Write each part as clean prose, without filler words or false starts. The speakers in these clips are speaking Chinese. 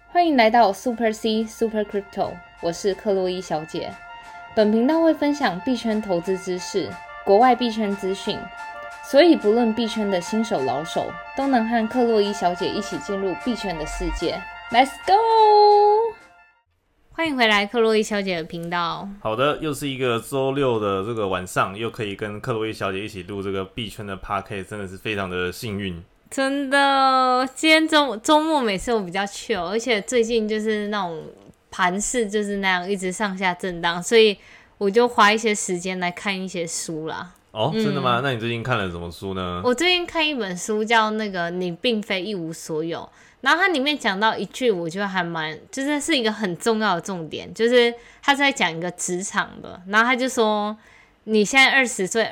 欢迎来到 Super C Super Crypto， 我是克洛伊小姐。本频道会分享币圈投资知识、国外币圈资讯，所以不论币圈的新手老手，都能和克洛伊小姐一起进入币圈的世界。Let's go！ 欢迎回来克洛伊小姐的频道。 好的，又是一个周六的这个晚上，又可以跟克洛伊小姐一起录这个币圈的 podcast， 真的是非常的幸运。 真的，今天周末每次我比较 chill， 而且最近就是那种盘势就是那样一直上下震荡，所以我就花一些时间来看一些书啦。 哦，真的吗？那你最近看了什么书呢？ 我最近看一本书叫那个你并非一无所有，然后它里面讲到一句我觉得还蛮就是一个很重要的重点，就是他在讲一个职场的，然后他就说你现在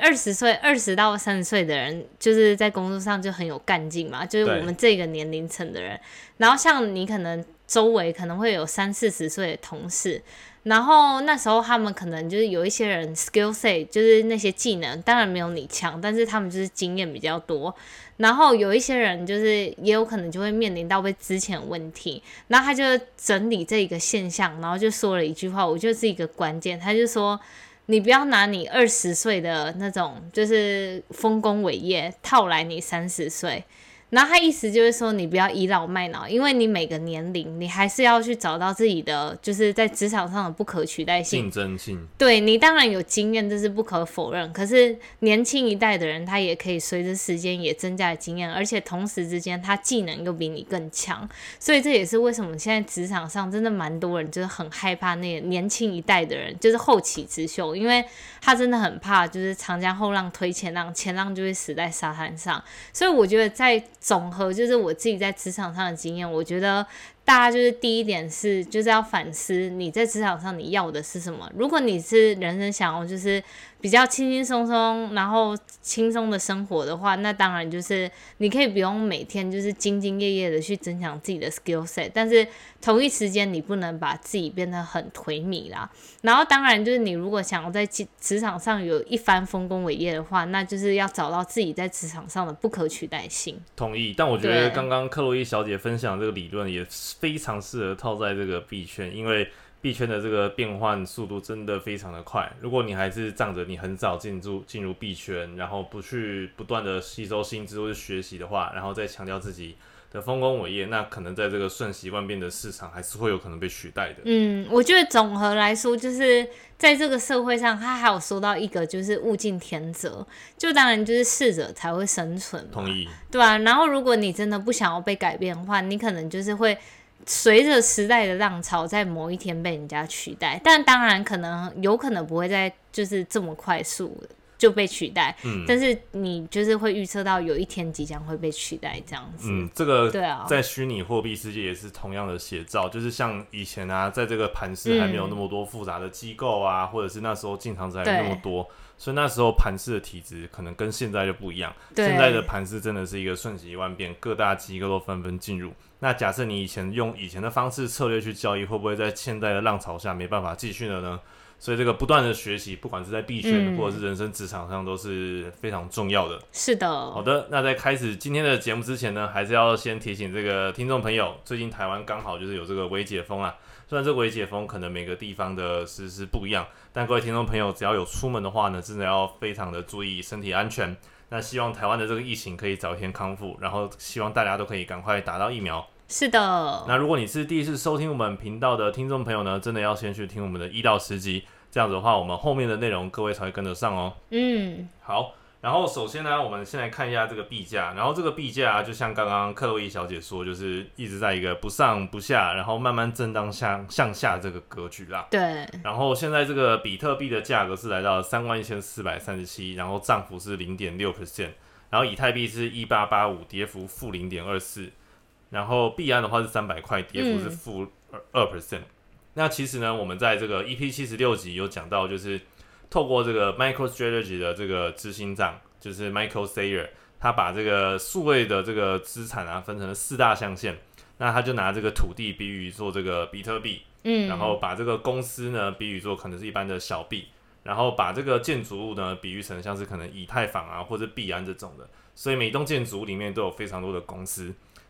20到30岁的人，就是在工作上就很有干劲嘛，就是我们这个年龄层的人。然后像你可能周围可能会有30-40岁的同事，然后那时候他们可能就是有一些人 skill set， 就是那些技能当然没有你强，但是他们就是经验比较多。然后有一些人就是也有可能就会面临到被资遣问题，然后他就整理这一个现象，然后就说了一句话，我觉得是一个关键，他就说你不要拿你20岁的那种就是丰功伟业套来你30岁，然后他意思就是说你不要倚老卖老，因为你每个年龄你还是要去找到自己的就是在职场上的不可取代性、 竞争性。 对，你当然有经验，这是不可否认，可是年轻一代的人他也可以随着时间也增加经验，而且同时之间他技能又比你更强，所以这也是为什么现在职场上真的蛮多人就是很害怕那个年轻一代的人，就是后起之秀，因为他真的很怕就是长江后浪推前浪，前浪就会死在沙滩上。所以我觉得在总和就是我自己在职场上的经验，我觉得大家就是第一点是就是要反思你在职场上你要的是什么。如果你是人生想要就是比较轻轻松松然后轻松的生活的话，那当然就是你可以不用每天就是兢兢业业的去增强自己的 skill set， 但是同一时间你不能把自己变得很颓靡啦。然后当然就是你如果想要在职场上有一番丰功伟业的话，那就是要找到自己在职场上的不可取代性。 同意，但我觉得刚刚克洛伊小姐分享这个理论也非常适合套在这个币圈，因为币圈的这个变换速度真的非常的快。如果你还是仗着你很早进入币圈，然后不去不断的吸收新知或是学习的话，然后再强调自己的丰功伟业，那可能在这个瞬息万变的市场还是会有可能被取代的。 我觉得总和来说就是在这个社会上他还有说到一个就是物竞天择，就当然就是适者才会生存嘛， 同意， 对啊，然后如果你真的不想要被改变的话，你可能就是会随着时代的浪潮在某一天被人家取代，但当然有可能不会在就是这么快速就被取代，但是你就是会预测到有一天即将会被取代这样子。 这个对啊， 在虚拟货币世界也是同样的写照，就是像以前啊，在这个盘势还没有那么多复杂的机构啊，或者是那时候进场者还没那么多，所以那时候盘势的体质可能跟现在就不一样。现在的盘势真的是一个瞬息万变，各大机构都纷纷进入。那假设你用以前的方式策略去交易，会不会在现在的浪潮下没办法继续了呢？所以这个不断的学习，不管是在币圈或者是人生职场上，都是非常重要的。 是的。 好的，那在开始今天的节目之前呢，还是要先提醒这个听众朋友，最近台湾刚好就是有这个微解封啊。虽然这个微解封可能每个地方的实施不一样，但各位听众朋友只要有出门的话呢，真的要非常的注意身体安全。那希望台湾的这个疫情可以早一天康复，然后希望大家都可以赶快打到疫苗。 是的。 那如果你是第一次收听我们频道的听众朋友呢，真的要先去听我们的1到10集，这样子的话，我们后面的内容各位才会跟得上哦。好，然后首先呢，我们先来看一下这个币价，然后这个币价就像刚刚克洛伊小姐说，就是一直在一个不上不下，然后慢慢震荡向下这个格局啦。 对。 然后现在这个比特币的价格是来到31,437，然后涨幅是 0.6%， 然后以太币是1885，跌幅负 0.24%， 然后币安的话是300块，跌幅是负 2%。那其实呢，我们在这个 EP76 集有讲到，就是透过这个 MicroStrategy 的这个执行长，就是 Michael Saylor， 他把这个数位的这个资产啊分成了4大象限。那他就拿这个土地比喻做这个比特币，然后把这个公司呢比喻做可能是一般的小币，然后把这个建筑物呢比喻成像是可能以太坊啊或者币安这种的。所以每栋建筑物里面都有非常多的公司。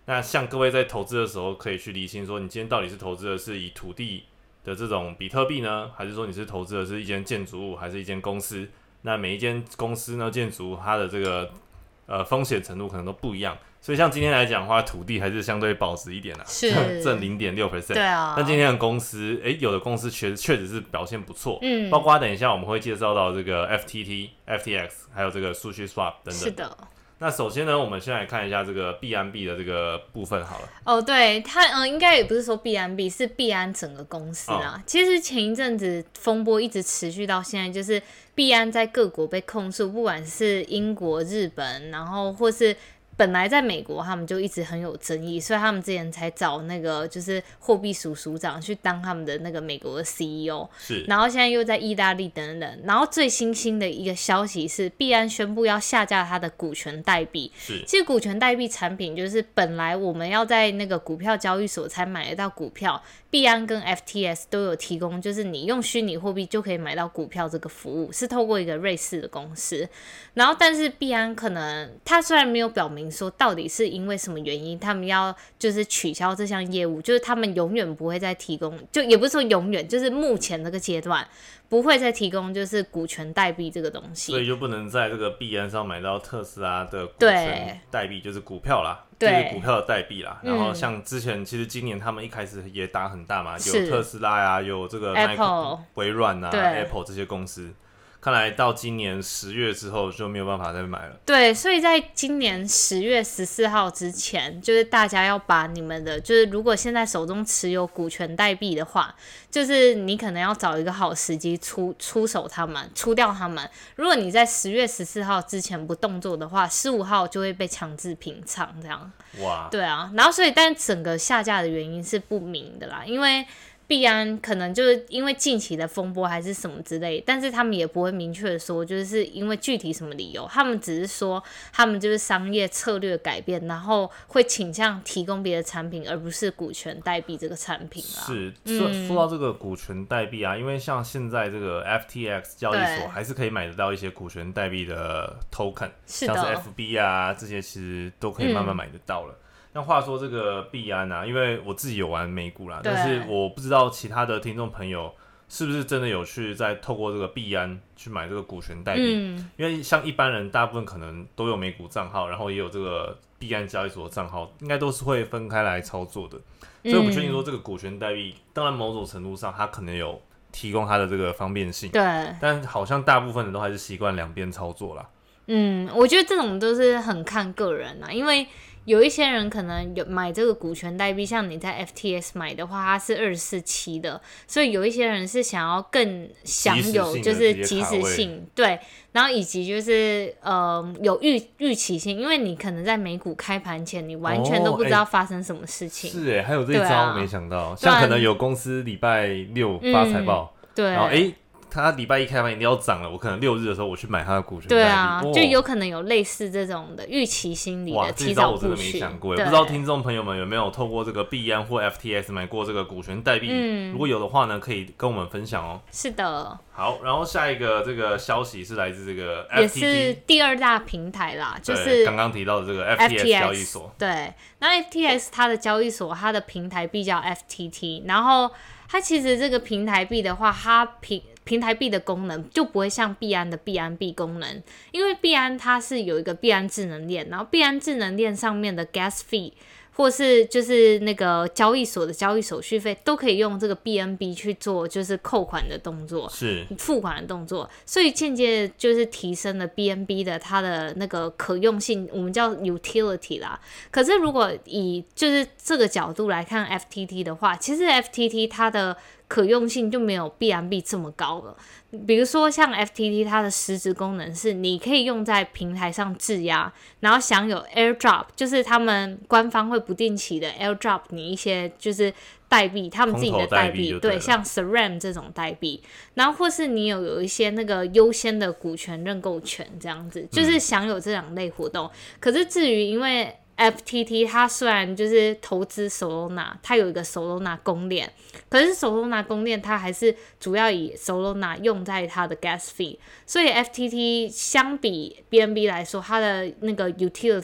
那像各位在投资的时候，可以去厘清说，你今天到底是投资的是以土地的这种比特币呢，还是说你是投资的是一间建筑物，还是一间公司？那每一间公司呢，建筑它的这个风险程度可能都不一样。所以像今天来讲的话，土地还是相对保值一点啦， 是正 0.6%。 对啊。 那今天的公司，有的公司确实是表现不错，包括等一下我们会介绍到这个 FTT、FTX， 还有这个SushiSwap 等等。 是的。 那首先呢，我们先来看一下这个币安币的这个部分好了。 哦，对，它应该也不是说币安币，是币安整个公司啊。其实前一阵子风波一直持续到现在，就是币安在各国被控诉，不管是英国、日本，然后或是本来在美国他们就一直很有争议，所以他们之前才找那个就是货币署署长去当他们的那个美国的 CEO， 是， 然后现在又在意大利等等，然后最新的一个消息是币安宣布要下架它的股权代币。 是， 其实股权代币产品就是本来我们要在那个股票交易所才买得到股票，币安跟 FTS 都有提供，就是你用虚拟货币就可以买到股票这个服务，是透过一个瑞士的公司。然后但是币安可能他虽然没有表明说到底是因为什么原因他们要就是取消这项业务，就是他们永远不会再提供，就也不是说永远，就是目前这个阶段不会再提供就是股权代币这个东西， 所以就不能在这个币安上买到特斯拉的股权代币，就是股票啦，就是股票的代币啦。然后像之前其实今年他们一开始也打很大嘛，有特斯拉呀，有这个 Apple、 微软啊、Apple 这些公司。看来到今年10月之后就没有办法再买了。 对，所以在今年10月14号之前，就是大家要把你们的，就是如果现在手中持有股权代币的话，就是你可能要找一个好时机出手他们，出掉他们。如果你在10月14号之前不动作的话，15号就会被强制平仓这样。 哇， 对啊，然后所以但整个下架的原因是不明的啦，因为币安可能就是因为近期的风波还是什么之类，但是他们也不会明确的说就是因为具体什么理由，他们只是说他们就是商业策略改变，然后会倾向提供别的产品而不是股权代币这个产品啦。 是，说到这个股权代币啊，因为像现在这个 FTX 交易所还是可以买得到一些股权代币的 token， 像是 FB 啊这些其实都可以慢慢买得到了。那话说这个币安啊，因为我自己有玩美股啦，但是我不知道其他的听众朋友是不是真的有去在透过这个币安去买这个股权代币，因为像一般人大部分可能都有美股账号，然后也有这个币安交易所的账号，应该都是会分开来操作的，所以我不确定说这个股权代币，当然某种程度上它可能有提供它的这个方便性， 对， 但好像大部分人都还是习惯两边操作啦。 我觉得这种都是很看个人啦，因为有一些人可能有买这个股权代币，像你在 FTS 买的话，它是24期的，所以有一些人是想要更享有就是即时性，对，然后以及就是有预期性，因为你可能在美股开盘前，你完全都不知道发生什么事情。 是耶，还有这一招没想到，像可能有公司礼拜6发财报， 对， 然后他礼拜1开盘一定要涨了，我可能6日的时候我去买他的股权代币， 对啊，就有可能有类似这种的预期心理的提早部署。 我真的没想过，不知道听众朋友们有没有透过这个币安或 FTS 买过这个股权代币？如果有的话呢，可以跟我们分享哦。 是的。 好，然后下一个这个消息是来自这个 FTT， 也是第2大平台啦，就是刚刚提到的这个 FTX 交易所。 对，那 FTX 它的交易所，它的平台币叫 FTT， 然后它其实这个平台币的话，它平台币的功能就不会像币安的币安币功能，因为币安它是有一个币安智能链，然后币安智能链上面的 gas fee 或是就是那个交易所的交易手续费都可以用这个 BNB 去做就是扣款的动作， 是付款的动作，所以间接就是提升了 BNB 的它的那个可用性，我们叫 utility 啦。可是如果以就是这个角度来看 FTT 的话，其实 FTT 它的可用性就没有 BNB 这么高了。比如说像 FTT 它的实质功能是你可以用在平台上质押，然后享有 airdrop， 就是他们官方会不定期的 airdrop 你一些就是代币，他们自己的代币，对，像 SRAM 这种代币，然后或是你有一些那个优先的股权认购权这样子，就是享有这两类活动。可是至于因为FTT 它虽然就是投资 Solana， 它有一个 Solana 公链，可是 Solana 公链它还是主要以 Solana 用在它的 gas fee， 所以 FTT 相比 BNB 来说，它的那个 utility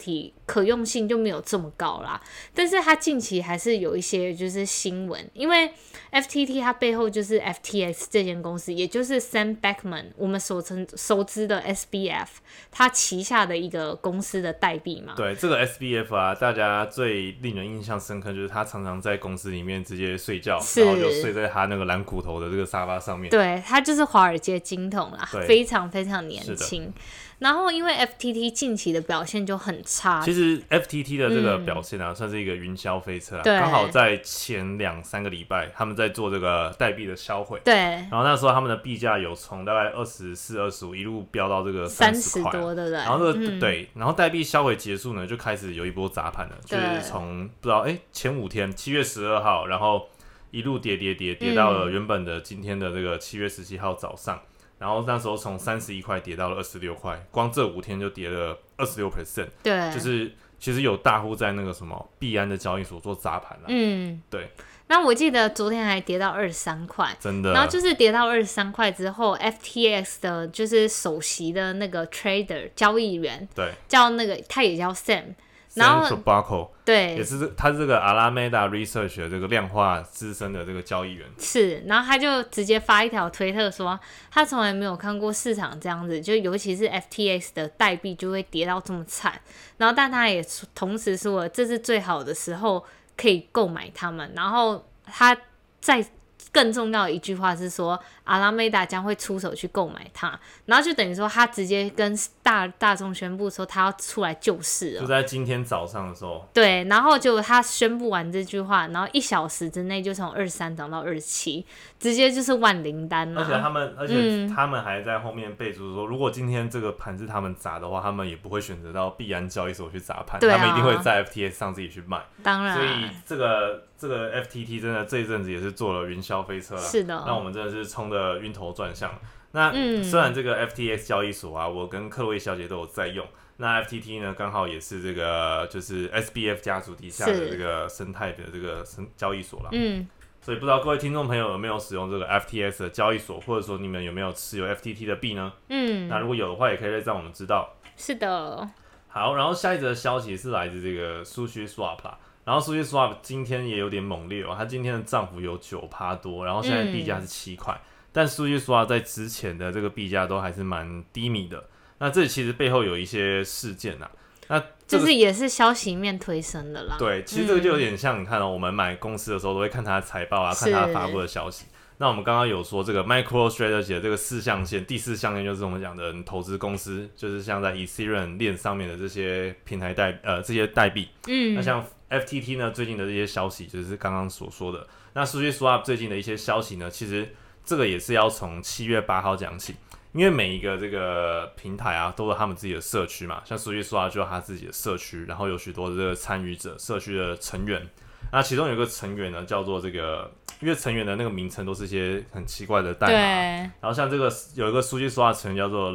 可用性就没有这么高啦。但是它近期还是有一些就是新闻，因为 FTT 它背后就是 FTX 这间公司，也就是 Sam Bankman 我们所熟知的 SBF 它旗下的一个公司的代币嘛。 对，这个 SBF 啊，大家最令人印象深刻就是他常常在公司里面直接睡觉，然后就睡在他那个蓝骨头的这个沙发上面。 对，他就是华尔街金童啦，非常非常年轻。然后因为 FTT 近期的表现就很差， 其实 FTT 的这个表现啊，算是一个云霄飞车啊。刚好在前2-3个礼拜，他们在做这个代币的销毁。 对。 然后那时候他们的币价有从大概24、25一路飙到这个30块， 多，对不对？ 然后这个、对，然后代币销毁结束呢，就开始有一波砸盘了，就是从不知道前5天7月12号，然后一路跌到了原本的今天的这个7月17号早上。然后那时候从31块跌到了26块，光这5天就跌了26%。 对， 就是其实有大户在那个什么币安的交易所做砸盘啦。对。 那我记得昨天还跌到23块， 真的。 然后就是跌到23块之后 ，FTX 的就是首席的那个 trader 交易员， 对， 叫那个他也叫 Sam。然后 Trabucco 对， 也是他是这个 Alameda Research 的这个量化资深的这个交易员。 是，然后他就直接发一条推特说，他从来没有看过市场这样子，就尤其是 FTX 的代币就会跌到这么惨。然后，但他也同时说了，这是最好的时候可以购买他们。然后他在更重要的一句话是说，阿拉梅达将会出手去购买它，然后就等于说他直接跟大众宣布说他要出来救市了， 就在今天早上的时候。 对，然后结果他宣布完这句话，然后1小时之内就从23涨到27，直接就是万灵丹了。 而且他们还在后面备注说，如果今天这个盘是他们砸的话，他们也不会选择到币安交易所去砸盘，他们一定会在 FTX 上自己去卖。 当然， 所以这个 FTT 真的这一阵子也是做了云霄飞车啦。 是的， 那我们真的是冲得晕头转向。那虽然这个 FTX 交易所啊，我跟克洛伊小姐都有在用，那 FTT 呢刚好也是这个就是 SBF 家族底下的这个生态的这个交易所啦。所以不知道各位听众朋友有没有使用这个 FTX 的交易所，或者说你们有没有持有 FTT 的币呢？那如果有的话，也可以让我们知道。 是的。 好，然后下一则消息是来自这个 Sushi Swap 啦。然后 Sushi Swap 今天也有点猛烈哦，它今天的涨幅有9%多，然后现在币价是7块，但 Sushi Swap 在之前的这个币价都还是蛮低迷的。那这其实背后有一些事件啊，那就是也是消息面推升的啦。 对，其实这个就有点像你看我们买公司的时候都会看它的财报啊，看它发布的消息。那我们刚刚有说这个 MicroStrategy 的这个4象限，第4象限就是我们讲的投资公司，就是像在 Ethereum 链上面的这些平台这些代币。那像 FTT 呢，最近的这些消息就是刚刚所说的。那 SushiSwap 最近的一些消息呢，其实这个也是要从7月8号讲起，因为每一个这个平台啊，都有他们自己的社区嘛，像 SushiSwap 就有他自己的社区，然后有许多的这个参与者、社区的成员。那其中有一个成员呢，叫做这个，因为成员的那个名称都是一些很奇怪的代码，然后像这个有一个SushiSwap成员叫做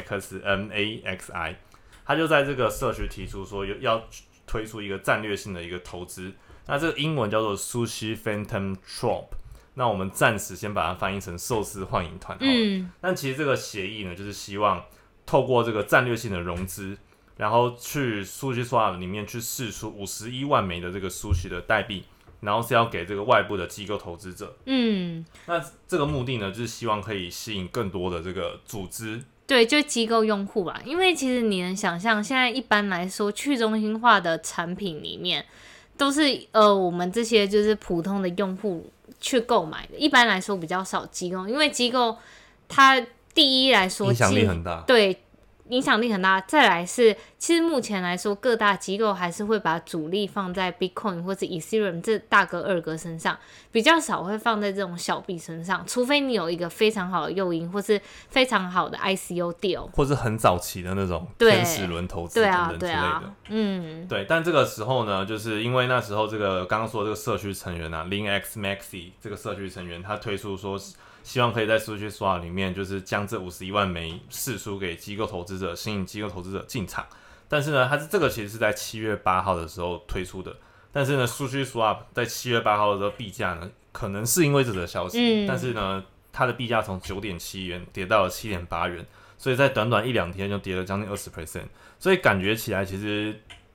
LinXMAXI， 他就在这个社区提出说要推出一个战略性的一个投资，那这个英文叫做 Sushi Phantom Troop， 那我们暂时先把它翻译成寿司幻影团。但其实这个协议呢，就是希望透过这个战略性的融资，然后去 SushiSwap 里面去释出51万枚的这个 Sushi 的代币，然后是要给这个外部的机构投资者。那这个目的呢，就是希望可以吸引更多的这个组织。 对，就机构用户吧，因为其实你能想象，现在一般来说去中心化的产品里面，都是我们这些就是普通的用户去购买的，一般来说比较少机构，因为机构它第一来说影响力很大， 对。影响力很大，再来是，其实目前来说，各大机构还是会把主力放在 Bitcoin 或者 Ethereum 这大哥二哥身上，比较少会放在这种小币身上，除非你有一个非常好的诱因，或是非常好的 ICO deal， 或是很早期的那种天使轮投资等等之类的。对，但这个时候呢，就是因为那时候这个刚刚说的这个社区成员啊 ，LinXMaxi 这个社区成员，他推出说，希望可以在SushiSwap里面，就是将这51万枚释出给机构投资者，吸引机构投资者进场。但是呢，这个其实是在7月8号的时候推出的。但是呢，SushiSwap 在7月8号的时候币价呢，可能是因为这则消息，但是呢，它的币价从9.7元跌到了7.8元，所以在短短1-2天就跌了将近20%。所以感觉起来，其实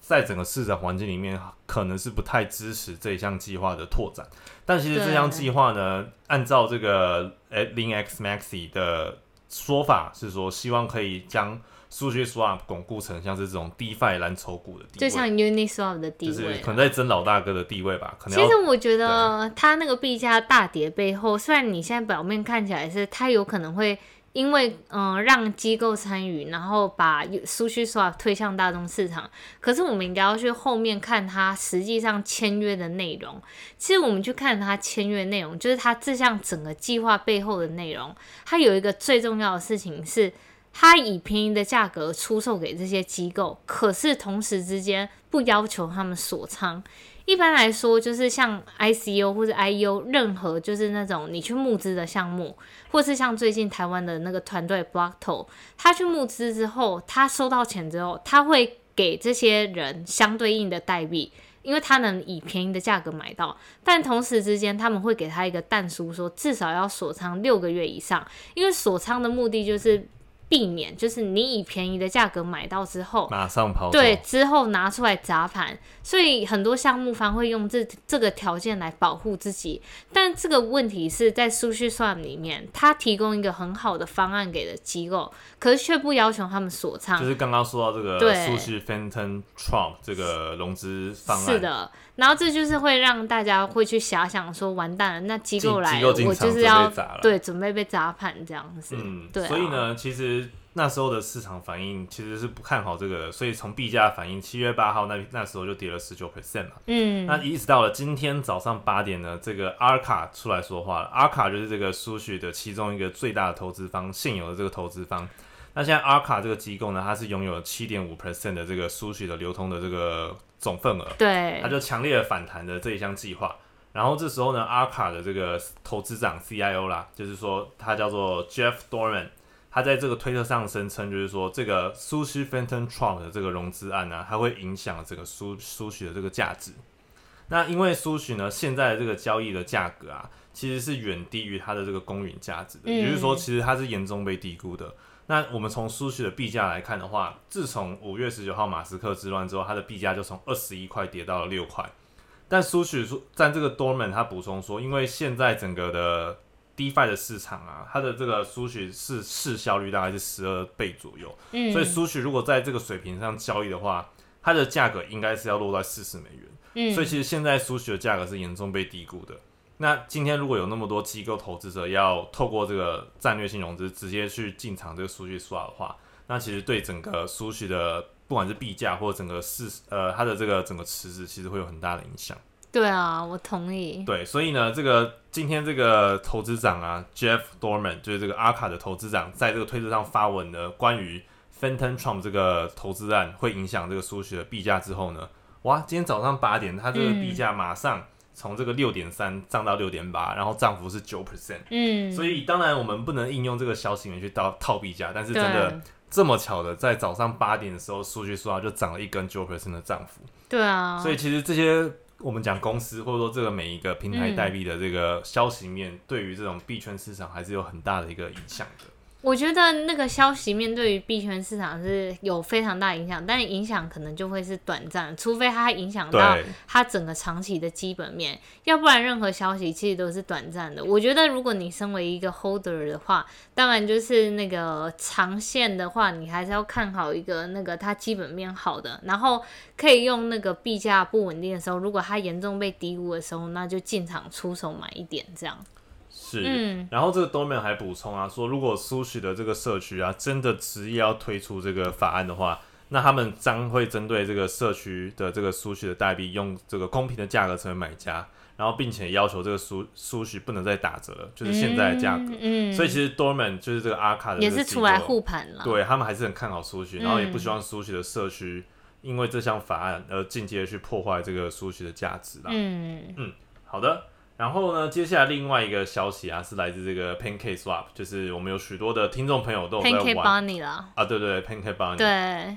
在整个市场环境里面，可能是不太支持这一项计划的拓展。但其实这项计划呢，按照这个 Linux Maxi 的说法是说，希望可以将SushiSwap 巩固成像是这种 DeFi 蓝筹股的地位， 就像 Uniswap 的地位， 就是可能在争老大哥的地位吧。可能其实我觉得它那个币价大跌背后，虽然你现在表面看起来是它有可能会因为让机构参与，然后把 SushiSwap 推向大众市场，可是我们应该要去后面看它实际上签约的内容。其实我们去看它签约内容，就是它这项整个计划背后的内容，它有一个最重要的事情是，它以便宜的价格出售给这些机构，可是同时之间不要求他们锁仓。一般来说，就是像 ICO 或者 IEO， 任何就是那种你去募资的项目，或是像最近台湾的那个团队 Blockto， 他去募资之后，他收到钱之后，他会给这些人相对应的代币，因为他能以便宜的价格买到，但同时之间他们会给他一个但书，说至少要锁仓6个月以上，因为锁仓的目的就是避免，就是你以便宜的价格买到之后， 马上跑走， 对，之后拿出来砸盘，所以很多项目方会用这个条件来保护自己。但这个问题是在 SushiSwap 里面，它提供一个很好的方案给了机构，可是却不要求他们锁仓。 就是刚刚说到这个 Sushi Phantom Trump 这个融资方案， 是的。然后这就是会让大家会去遐想说，完蛋了，那机构来了，我就是要准备被砸盘这样子。对、 所以呢，其实那时候的市场反应其实是不看好这个的，所以从币价反应，7月8号那时候就跌了 19% 嘛。那一直到了今天早上8点呢，这个 Arca 出来说话了。Arca 就是这个 Sushi 的其中一个最大的投资方，现有的这个投资方。那现在 Arca 这个机构呢，它是拥有 7.5% 的这个 Sushi 的流通的这个总份额， 对， 它就强烈的反弹的这一项计划。然后这时候呢 ，Arca 的这个投资长 CIO 啦，就是说他叫做 Jeff Dorman， 他在这个推特上声称，就是说这个 Sushi Phantom Trump 的这个融资案呢，它会影响这个 Sushi 的这个价值。那因为 Sushi 呢，现在的这个交易的价格啊，其实是远低于它的这个公允价值的，也就是说，其实它是严重被低估的。那我们从Sushi的币价来看的话，自从5月19号马斯克之乱之后，它的币价就从21块跌到了6块。但Sushi在这个 Dorman 他补充说，因为现在整个的 DeFi 的市场啊，它的这个Sushi市效率大概是12倍左右，所以Sushi如果在这个水平上交易的话，它的价格应该是要落在40美元。所以其实现在Sushi的价格是严重被低估的。那今天如果有那么多机构投资者要透过这个战略性融资直接去进场这个SushiSwap的话，那其实对整个Sushi的不管是币价或者整个它的这个整个池子，其实会有很大的影响。 对啊，我同意。 对，所以呢，今天这个投资长啊 ，Jeff Dorman 就是这个 Arca 的投资长，在这个推特上发文的关于 Phantom Trump 这个投资案会影响这个Sushi的币价之后呢，哇，今天早上8点，它这个币价马上从这个 6.3 涨到 6.8， 然后涨幅是 9%。所以当然我们不能应用这个消息面去套币价，但是真的这么巧的，在早上8点的时候，SushiSwap就涨了一根 9% 的涨幅。 对啊， 所以其实这些我们讲公司或者说这个每一个平台代币的这个消息面，对于这种币圈市场还是有很大的一个影响的。 我觉得那个消息面对于币圈市场是有非常大影响，但影响可能就会是短暂，除非它影响到它整个长期的基本面，要不然任何消息其实都是短暂的。我觉得如果你身为一个 holder 的话，当然就是那个长线的话，你还是要看好一个那个它基本面好的，然后可以用那个币价不稳定的时候，如果它严重被低估的时候，那就进场出手买一点这样。 是，然后这个 Dorman 还补充啊，说如果 Sushi 的这个社区啊，真的执意要推出这个法案的话，那他们将会针对这个社区的这个Sushi的代币，用这个公平的价格成为买家，然后并且要求这个Sushi不能再打折了，就是现在的价格。所以其实 Dorman 就是这个 Arca 的也是出来护盘了， 对他们还是很看好Sushi，然后也不希望Sushi的社区因为这项法案而间接去破坏这个Sushi的价值啦。好的。然后呢，接下来另外一个消息啊，是来自这个 PancakeSwap， 就是我们有许多的听众朋友都有在玩 Pancake Bunny 啦。 啊，对 ，Pancake Bunny。 对，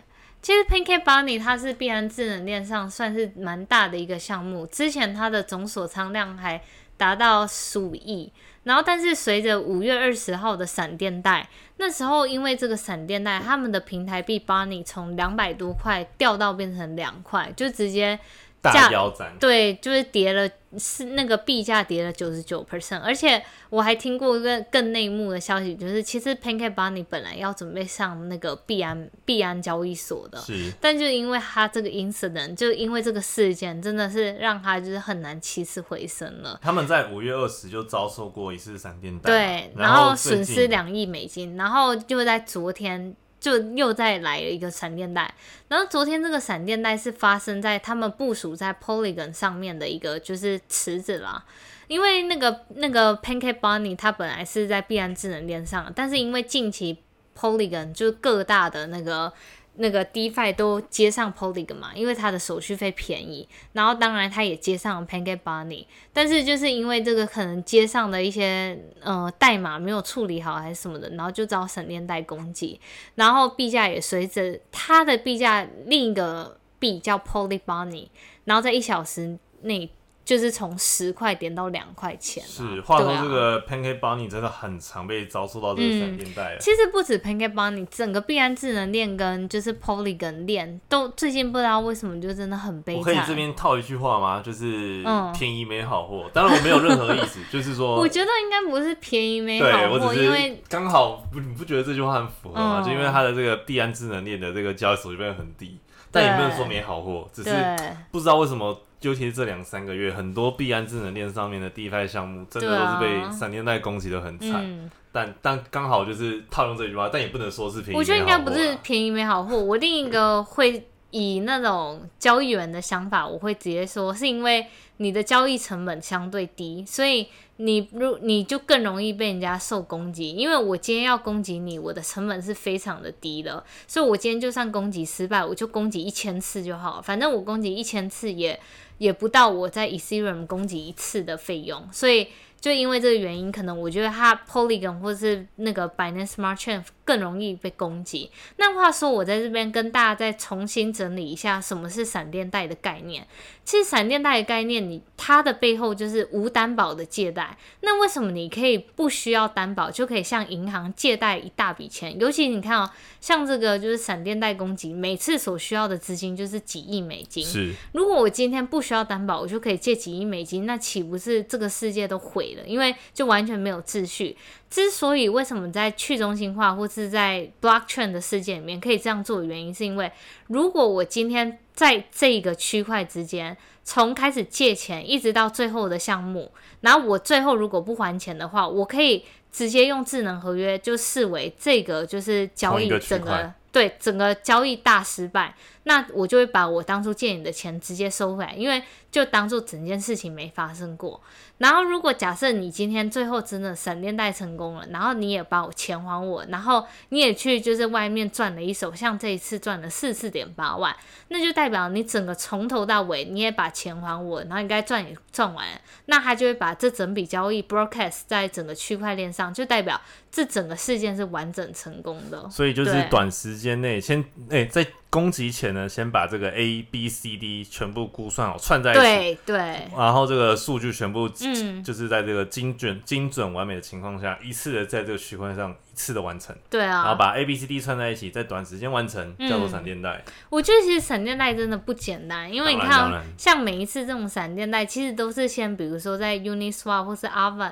其实 Pancake Bunny 它是币安智能链上算是蛮大的一个项目，之前它的总锁仓量还达到15亿，然后但是随着5月20号的闪电贷，那时候因为这个闪电贷，他们的平台币 Bunny 从200多块掉到变成2块，就直接大腰斩， 对，就是跌了，是那个币价跌了 99%， 而且我还听过一个更内幕的消息，就是其实 Pancake Bunny 本来要准备上那个币安交易所的，但就因为他这个 incident， 就因为这个事件，真的是让他就是很难起死回生了。 他们在5月20就遭受过一次闪电贷， 对，然后损失2亿美金，然后就在昨天。就又再来了一个闪电贷，然后昨天这个闪电贷是发生在他们部署在 Polygon 上面的一个就是池子啦，因为那个 Pancake Bunny 它本来是在币安智能链上，但是因为近期 Polygon 就是各大的那个 DeFi 都接上 Polygon 嘛，因为它的手续费便宜，然后当然它也接上了 Pancake Bunny， 但是就是因为这个可能接上的一些代码没有处理好还是什么的，然后就遭闪电贷攻击，然后币价也随着它的币价另一个币叫 Poly Bunny， 然后在1小时内就是从10块跌到2块钱。 是，话说这个 Pancake Bunny 真的很常被遭受到这个闪电贷。 其实不止 Pancake Bunny， 整个币安智能链跟就是 Polygon 链都最近不知道为什么就真的很悲惨。 我可以这边套一句话吗？就是便宜没好货。当然我没有任何意思，就是说， 我觉得应该不是便宜没好货，因为刚好你不觉得这句话很符合吗？就因为它的这个币安智能链的这个交易手续费很低，但也不能说没好货，只是不知道为什么。尤其是这2-3个月，很多币安智能链上面的 DeFi 项目，真的都是被闪电贷攻击的很惨。但刚好就是套用这句话，但也不能说是便宜没好货。 我觉得应该不是便宜没好货。我另一个会以那种交易员的想法，我会直接说，是因为你的交易成本相对低，所以你就更容易被人家受攻击。因为我今天要攻击你，我的成本是非常的低的，所以我今天就算攻击失败，我就攻击1000次就好了，反正我攻击1000次也不到我在 Ethereum 攻击1次的费用，所以就因为这个原因，可能我觉得它 Polygon 或是那个 Binance Smart Chain 更容易被攻击。那话说，我在这边跟大家再重新整理一下什么是闪电贷的概念。其实闪电贷的概念，它的背后就是无担保的借贷。那为什么你可以不需要担保就可以向银行借贷一大笔钱？尤其你看哦，像这个就是闪电贷攻击，每次所需要的资金就是几亿美金。 是， 如果我今天不需要担保，我就可以借几亿美金，那岂不是这个世界都毁了？因为就完全没有秩序。之所以为什么在去中心化或是在 blockchain 的世界里面可以这样做的原因，是因为如果我今天在这个区块之间，从开始借钱一直到最后的项目，然后我最后如果不还钱的话，我可以直接用智能合约就视为这个就是交易整个交易大失败，那我就会把我当初借你的钱直接收回来，因为就当做整件事情没发生过。然后如果假设你今天最后真的闪电贷成功了，然后你也把我钱还我，然后你也去就是外面赚了一手，像这一次赚了44.8万，那就代表你整个从头到尾你也把钱还我，然后你该赚也赚完了，那他就会把这整笔交易 broadcast 在整个区块链上，就代表这整个事件是完整成功的。 所以就是短时间内先在攻击前呢，先把这个 A、B、C、D 全部估算好，串在一起， 对， 然后这个数据全部就是在这个精准完美的情况下，一次的在这个区块上一次的完成， 对啊， 然后把 A、B、C、D 串在一起，在短时间完成，叫做闪电贷。 我觉得其实闪电贷真的不简单，因为你看像每一次这种闪电贷，其实都是先比如说在 Uniswap 或是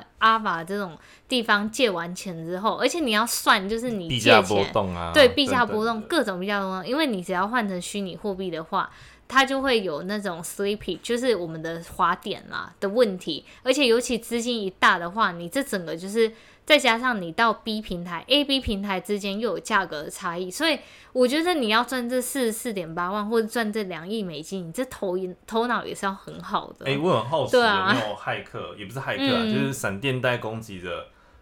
Ava 这种地方借完钱之后，而且你要算就是你借钱币价波动啊， 对，币价波动，各种币价波动，因为你只要换成虚拟货币的话，它就会有那种 slippage， 就是我们的滑点啦的问题，而且尤其资金一大的话，你这整个就是再加上你到 B 平台 A、B 平台之间又有价格的差异，所以我觉得你要赚这44.8万或者赚这2亿美金，你这头脑也是要很好的。 我很好奇有没有骇客，也不是骇客啊，就是闪电贷攻击的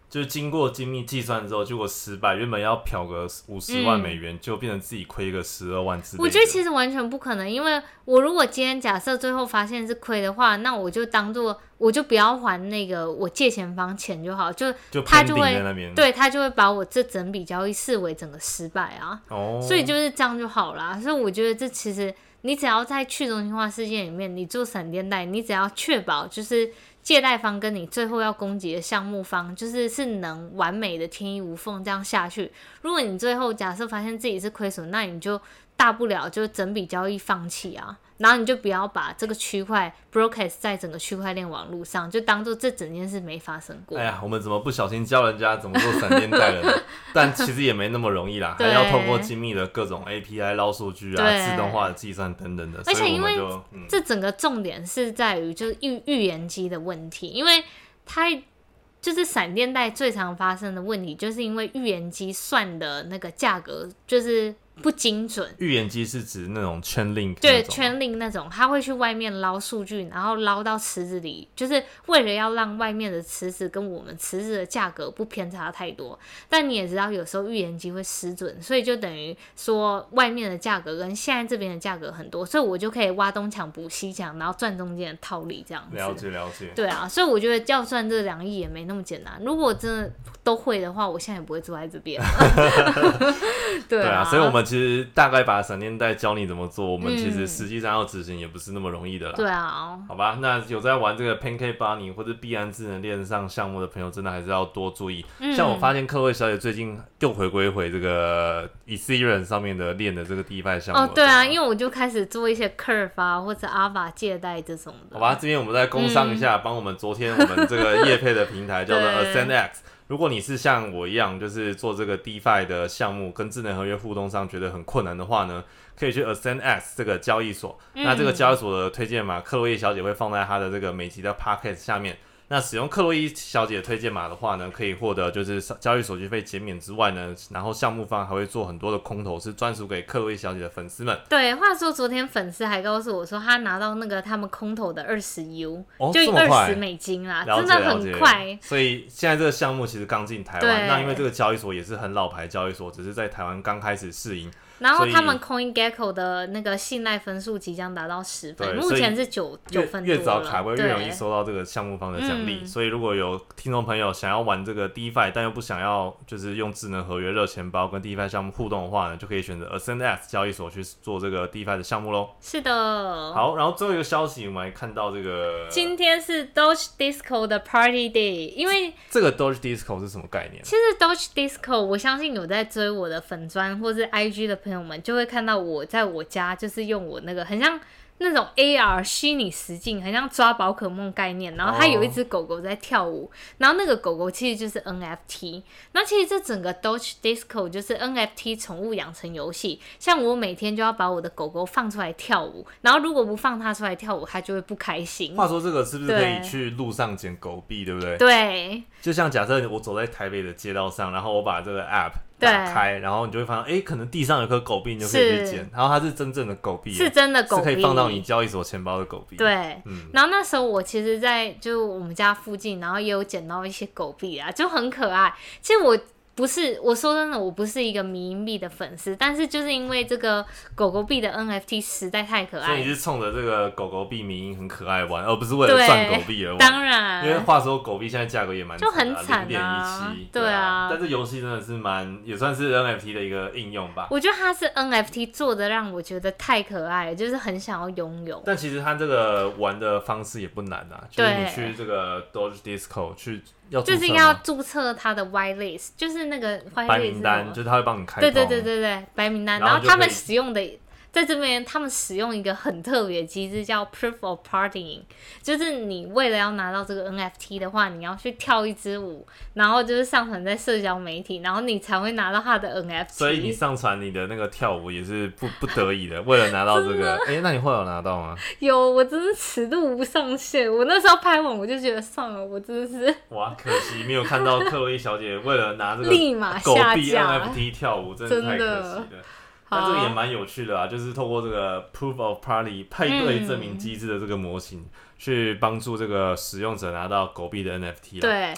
就是经过精密计算之后，结果失败，原本要嫖个50万美元，就变成自己亏个12万之类的。 我觉得其实完全不可能，因为我如果今天假设最后发现是亏的话，那我就当做我就不要还那个我借钱方钱就好，就他就会对他就会把我这整笔交易视为整个失败啊。所以就是这样就好啦。所以我觉得这其实你只要在去中心化世界里面，你做闪电贷，你只要确保就是借贷方跟你最后要攻击的项目方是能完美的天衣无缝这样下去。如果你最后假设发现自己是亏损，那你就大不了就整笔交易放弃啊，然后你就不要把这个区块 broadcast 在整个区块链网络上，就当做这整件事没发生过。 哎呀，我们怎么不小心教人家怎么做闪电贷了呢？但其实也没那么容易啦，还要透过精密的各种 API 捞数据啊、自动化的计算等等的。 而且因为这整个重点是在于就是预言机的问题，因为它就是闪电贷最常发生的问题，就是因为预言机算的那个价格就是不精准。 预言机是指那种圈 link， 对，圈 link 那种，他会去外面捞数据，然后捞到池子里，就是为了要让外面的池子跟我们池子的价格不偏差太多。但你也知道，有时候预言机会失准，所以就等于说外面的价格跟现在这边的价格很多，所以我就可以挖东墙补西墙，然后赚中间的套利这样子。 了解了解。 对啊，所以我觉得要赚这2亿也没那么简单。如果真的都会的话，我现在也不会坐在这边。对啊， 所以我们其实大概把闪电贷教你怎么做，我们其实实际上要执行也不是那么容易的啦。 对啊， 好吧，那有在玩这个 Pancake Bunny 或者币安智能链上项目的朋友，真的还是要多注意。像我发现克洛伊小姐最近又回这个 Ethereum 上面的链的这个 DeFi 项目。 对啊，因为我就开始做一些 Curve 啊或者 Alpha 借贷这种的。 好吧，这边我们再工商一下，帮我们昨天我们这个业配的平台叫做 AscendX。如果你是像我一样，就是做这个 DeFi 的项目，跟智能合约互动上觉得很困难的话呢，可以去 AscendX 这个交易所。那这个交易所的推荐码，克洛伊小姐会放在她的这个每集的 Podcast 下面。那使用克洛伊小姐的推荐码的话呢，可以获得就是交易手续费减免之外呢，然后项目方还会做很多的空投，是专属给克洛伊小姐的粉丝们。 对，话说昨天粉丝还告诉我说，他拿到那个他们空投的20U，就$20啦，真的很快。 所以现在这个项目其实刚进台湾，那因为这个交易所也是很老牌交易所，只是在台湾刚开始试营。 然后他们 CoinGecko 的那个信赖分数即将达到10分，目前是9分多了。 越早卡位越容易收到这个项目方的奖励。所以如果有听众朋友想要玩这个 DeFi， 但又不想要就是用智能合约热钱包跟 DeFi 项目互动的话呢，就可以选择 AscendX 交易所去做这个 DeFi 的项目咯。 是的。 好，然后最后一个消息，我们还看到这个今天是 Doge Disco 的 Party Day， 因为这个 Doge Disco 是什么概念？ 其实 Doge Disco 我相信有在追我的粉专或是 IG 的朋友们就会看到我在我家就是用我那个很像那种 AR 虚拟实境，很像抓宝可梦概念，然后它有一只狗狗在跳舞，然后那个狗狗其实就是 NFT。那其实这整个 Doge Disco 就是 NFT 宠物养成游戏，像我每天就要把我的狗狗放出来跳舞，然后如果不放它出来跳舞，它就会不开心。 话说这个是不是可以去路上捡狗币，对不对？ 对， 就像假设我走在台北的街道上，然后我把这个 App打开，然后你就会发现，可能地上有颗狗币，你就可以去捡，然后它是真正的狗币， 是真的狗币， 是可以放到你交易所钱包的狗币。 对，然后那时候我其实在就我们家附近，然后也有捡到一些狗币啊，就很可爱。其实我说真的，我不是一个迷因币的粉丝，但是就是因为这个狗狗币的 NFT 实在太可爱， 所以你是冲着这个狗狗币迷因很可爱玩，而不是为了赚狗币而玩。 当然， 因为话说狗币现在价格也蛮就很惨啊，0.17， 对啊。 但是游戏真的是也算是 NFT 的一个应用吧。 我觉得它是 NFT 做的，让我觉得太可爱了，就是很想要拥有。 但其实它这个玩的方式也不难啊，就是你去这个 Doge Disco 去。 就是应该要注册他的 whitelist， 就是那个 whitelist 白名单，就是他会帮你开通。 对，白名单。然后他们使用的，在这边他们使用一个很特别的机制，叫 Proof of Partying， 就是你为了要拿到这个 NFT 的话，你要去跳一支舞，然后就是上传在社交媒体，然后你才会拿到他的 NFT。 所以你上传你的那个跳舞也是不得已的，为了拿到这个。那你后来有拿到吗？ 有，我真是尺度无上限。我那时候拍完我就觉得算了，我真的是哇，可惜没有看到克洛伊小姐为了拿这个立马狗币下架 NFT 跳舞，真的太可惜了。但这个也蛮有趣的啊，就是透过这个 Proof of Party 派对证明机制的这个模型，去帮助这个使用者拿到狗币的 NFT 啦。 对，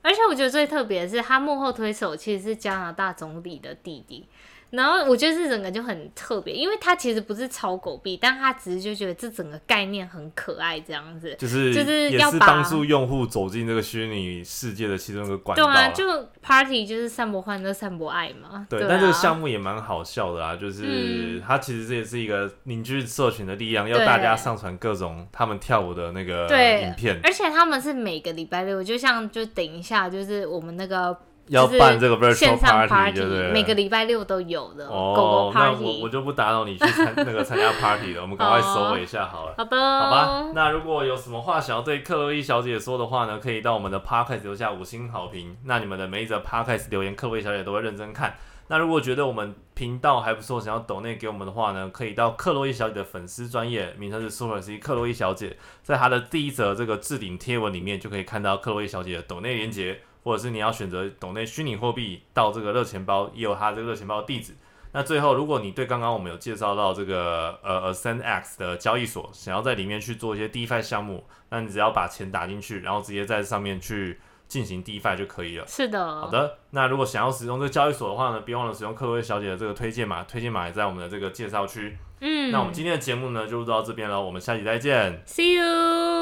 而且我觉得最特别的是，他幕后推手其实是加拿大总理的弟弟。然后我觉得这整个就很特别，因为他其实不是抄狗币，但他只是就觉得这整个概念很可爱，这样子， 就是也是帮助用户走进这个虚拟世界的其中一个管道。 对啊，就 Party 就是散播欢乐、散播爱嘛。 对， 对啊， 但这个项目也蛮好笑的啦，就是它其实这也是一个凝聚社群的力量，要大家上传各种他们跳舞的那个影片， 而且他们是每个礼拜六，就等一下就是我们那个。 要办这个 virtual party， 对不对？ 每个礼拜六都有的狗狗 party。 那我就不打扰你去参加 party 了，我们赶快收尾一下好了。 好的， 好吧。那如果有什么话想要对克洛伊小姐说的话呢，可以到我们的 podcast 留下5星好评。那你们的每一则 podcast 留言，克洛伊小姐都会认真看。那如果觉得我们频道还不错，想要抖内给我们的话呢，可以到克洛伊小姐的粉丝专页，名称是 Super C 克洛伊小姐，在她的第一则这个置顶贴文里面就可以看到克洛伊小姐的抖内连结。或者是你要选择抖内虚拟货币到这个热钱包，也有它这个热钱包的地址。那最后，如果你对刚刚我们有介绍到这个AscendX 的交易所，想要在里面去做一些 DeFi 项目，那你只要把钱打进去，然后直接在上面去进行 DeFi 就可以了。 是的。 好的，那如果想要使用这个交易所的话呢，别忘了使用克洛伊小姐的这个推荐码也在我们的这个介绍区。那我们今天的节目呢就录到这边了，我们下期再见。 See you。